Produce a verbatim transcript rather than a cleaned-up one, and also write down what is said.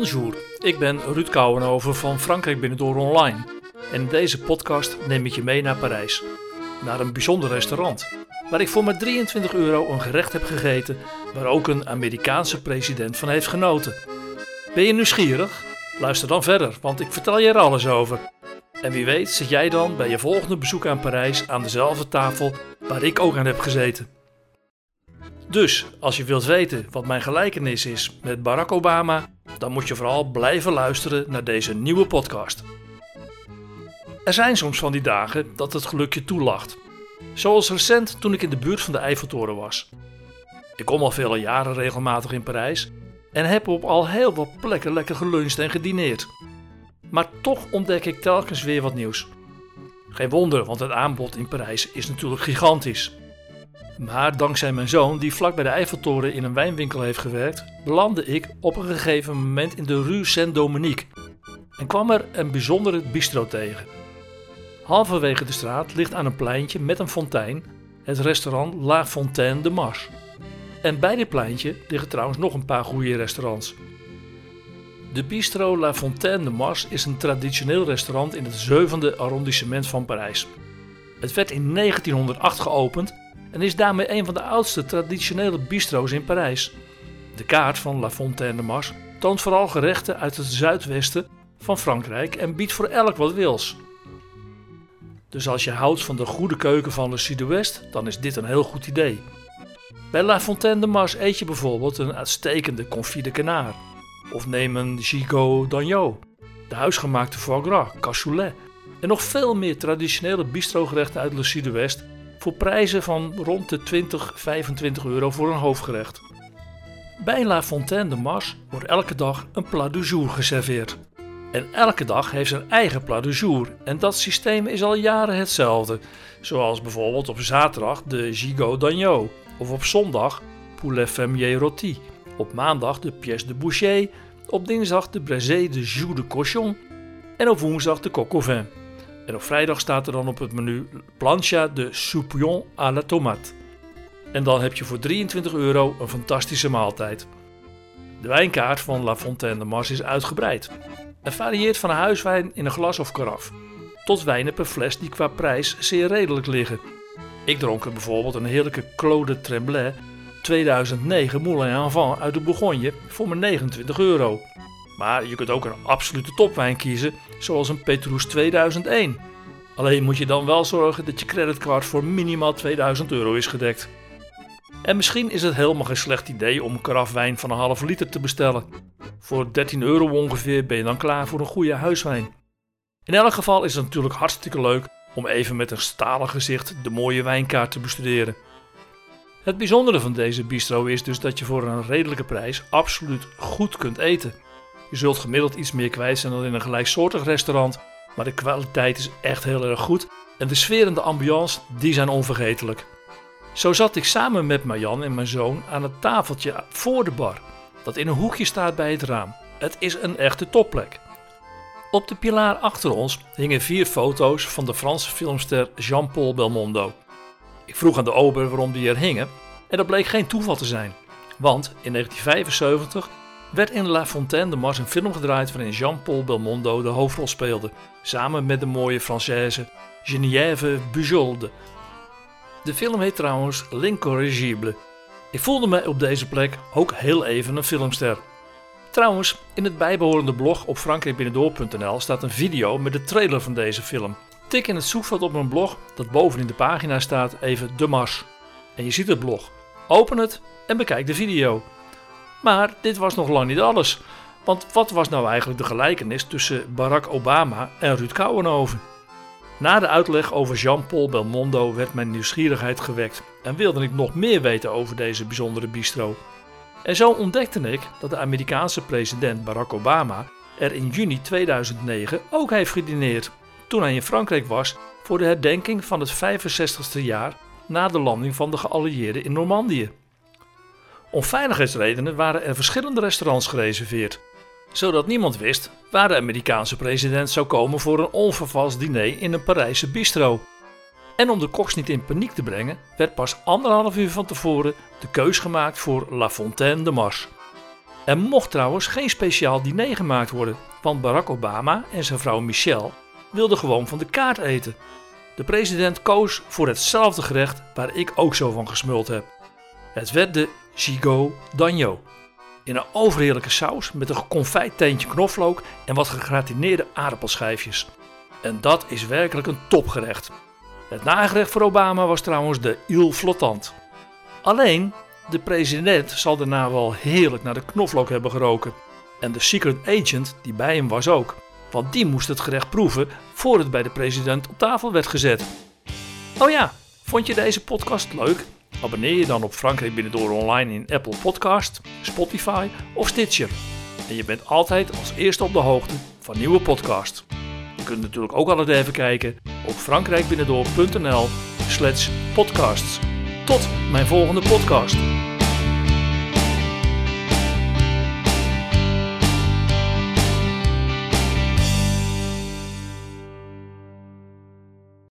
Bonjour, ik ben Ruud Kouwenhoven van Frankrijk Binnendoor Online. En in deze podcast neem ik je mee naar Parijs. Naar een bijzonder restaurant, waar ik voor maar drieëntwintig euro een gerecht heb gegeten waar ook een Amerikaanse president van heeft genoten. Ben je nieuwsgierig? Luister dan verder, want ik vertel je er alles over. En wie weet zit jij dan bij je volgende bezoek aan Parijs aan dezelfde tafel waar ik ook aan heb gezeten. Dus, als je wilt weten wat mijn gelijkenis is met Barack Obama, dan moet je vooral blijven luisteren naar deze nieuwe podcast. Er zijn soms van die dagen dat het geluk je toelacht. Zoals recent toen ik in de buurt van de Eiffeltoren was. Ik kom al vele jaren regelmatig in Parijs en heb op al heel wat plekken lekker geluncht en gedineerd. Maar toch ontdek ik telkens weer wat nieuws. Geen wonder, want het aanbod in Parijs is natuurlijk gigantisch. Maar dankzij mijn zoon, die vlak bij de Eiffeltoren in een wijnwinkel heeft gewerkt, belandde ik op een gegeven moment in de Rue Saint-Dominique en kwam er een bijzondere bistro tegen. Halverwege de straat ligt aan een pleintje met een fontein het restaurant La Fontaine de Mars. En bij dit pleintje liggen trouwens nog een paar goede restaurants. De bistro La Fontaine de Mars is een traditioneel restaurant in het zevende arrondissement van Parijs. Het werd in negentienhonderdacht geopend en is daarmee een van de oudste traditionele bistro's in Parijs. De kaart van La Fontaine de Mars toont vooral gerechten uit het zuidwesten van Frankrijk en biedt voor elk wat wils. Dus als je houdt van de goede keuken van Le Sud-Ouest, dan is dit een heel goed idee. Bij La Fontaine de Mars eet je bijvoorbeeld een uitstekende confit de canard. Of neem een gigot d'agneau, de huisgemaakte foie gras, cassoulet en nog veel meer traditionele bistrogerechten uit Le Sud-Ouest voor prijzen van rond de twintig, vijfentwintig euro voor een hoofdgerecht. Bij La Fontaine de Mars wordt elke dag een plat du jour geserveerd. En elke dag heeft zijn eigen plat du jour en dat systeem is al jaren hetzelfde. Zoals bijvoorbeeld op zaterdag de gigot d'agneau of op zondag poulet fermier rôti. Op maandag de pièce de boucher, op dinsdag de braisé de joues de cochon en op woensdag de coq au vin. En op vrijdag staat er dan op het menu plancha de soupion à la tomate. En dan heb je voor drieëntwintig euro een fantastische maaltijd. De wijnkaart van La Fontaine de Mars is uitgebreid. Het varieert van een huiswijn in een glas of karaf, tot wijnen per fles die qua prijs zeer redelijk liggen. Ik dronk er bijvoorbeeld een heerlijke Clos de Tremblay tweeduizend negen Moulin Enfant uit de Bourgogne voor maar negenentwintig euro. Maar je kunt ook een absolute topwijn kiezen, zoals een Petrus tweeduizend één. Alleen moet je dan wel zorgen dat je creditcard voor minimaal tweeduizend euro is gedekt. En misschien is het helemaal geen slecht idee om een karaf wijn van een halve liter te bestellen. Voor dertien euro ongeveer ben je dan klaar voor een goede huiswijn. In elk geval is het natuurlijk hartstikke leuk om even met een stalen gezicht de mooie wijnkaart te bestuderen. Het bijzondere van deze bistro is dus dat je voor een redelijke prijs absoluut goed kunt eten. Je zult gemiddeld iets meer kwijt zijn dan in een gelijksoortig restaurant, maar de kwaliteit is echt heel erg goed en de sfeer en de ambiance die zijn onvergetelijk. Zo zat ik samen met Marjan en mijn zoon aan het tafeltje voor de bar, dat in een hoekje staat bij het raam. Het is een echte topplek. Op de pilaar achter ons hingen vier foto's van de Franse filmster Jean-Paul Belmondo. Ik vroeg aan de ober waarom die er hingen en dat bleek geen toeval te zijn, want in negentien vijfenzeventig werd in La Fontaine de Mars een film gedraaid waarin Jean-Paul Belmondo de hoofdrol speelde, samen met de mooie Française Geneviève Bujold. De film heet trouwens L'Incorrigible. Ik voelde mij op deze plek ook heel even een filmster. Trouwens, in het bijbehorende blog op frankrijkbinnendoor punt n l staat een video met de trailer van deze film. Tik in het zoekveld op mijn blog, dat bovenin de pagina staat, even de Mars. En je ziet het blog. Open het en bekijk de video. Maar dit was nog lang niet alles. Want wat was nou eigenlijk de gelijkenis tussen Barack Obama en Ruud Kouwenhoven? Na de uitleg over Jean-Paul Belmondo werd mijn nieuwsgierigheid gewekt en wilde ik nog meer weten over deze bijzondere bistro. En zo ontdekte ik dat de Amerikaanse president Barack Obama er in juni tweeduizend negen ook heeft gedineerd, toen hij in Frankrijk was voor de herdenking van het vijfenzestigste jaar na de landing van de geallieerden in Normandië. Om veiligheidsredenen waren er verschillende restaurants gereserveerd, zodat niemand wist waar de Amerikaanse president zou komen voor een onvervalst diner in een Parijse bistro. En om de koks niet in paniek te brengen, werd pas anderhalf uur van tevoren de keus gemaakt voor La Fontaine de Mars. Er mocht trouwens geen speciaal diner gemaakt worden, want Barack Obama en zijn vrouw Michelle wilden gewoon van de kaart eten. De president koos voor hetzelfde gerecht waar ik ook zo van gesmuld heb. Het werd de gigot d'agneau. In een overheerlijke saus met een geconfijt teentje knoflook en wat gegratineerde aardappelschijfjes. En dat is werkelijk een topgerecht. Het nagerecht voor Obama was trouwens de île flottante. Alleen, de president zal daarna wel heerlijk naar de knoflook hebben geroken. En de secret agent die bij hem was ook. Want die moest het gerecht proeven voor het bij de president op tafel werd gezet. Oh ja, vond je deze podcast leuk? Abonneer je dan op Frankrijk Binnendoor Online in Apple Podcast, Spotify of Stitcher. En je bent altijd als eerste op de hoogte van nieuwe podcasts. Je kunt natuurlijk ook altijd even kijken op frankrijkbinnendoor punt n l slash podcasts. Tot mijn volgende podcast.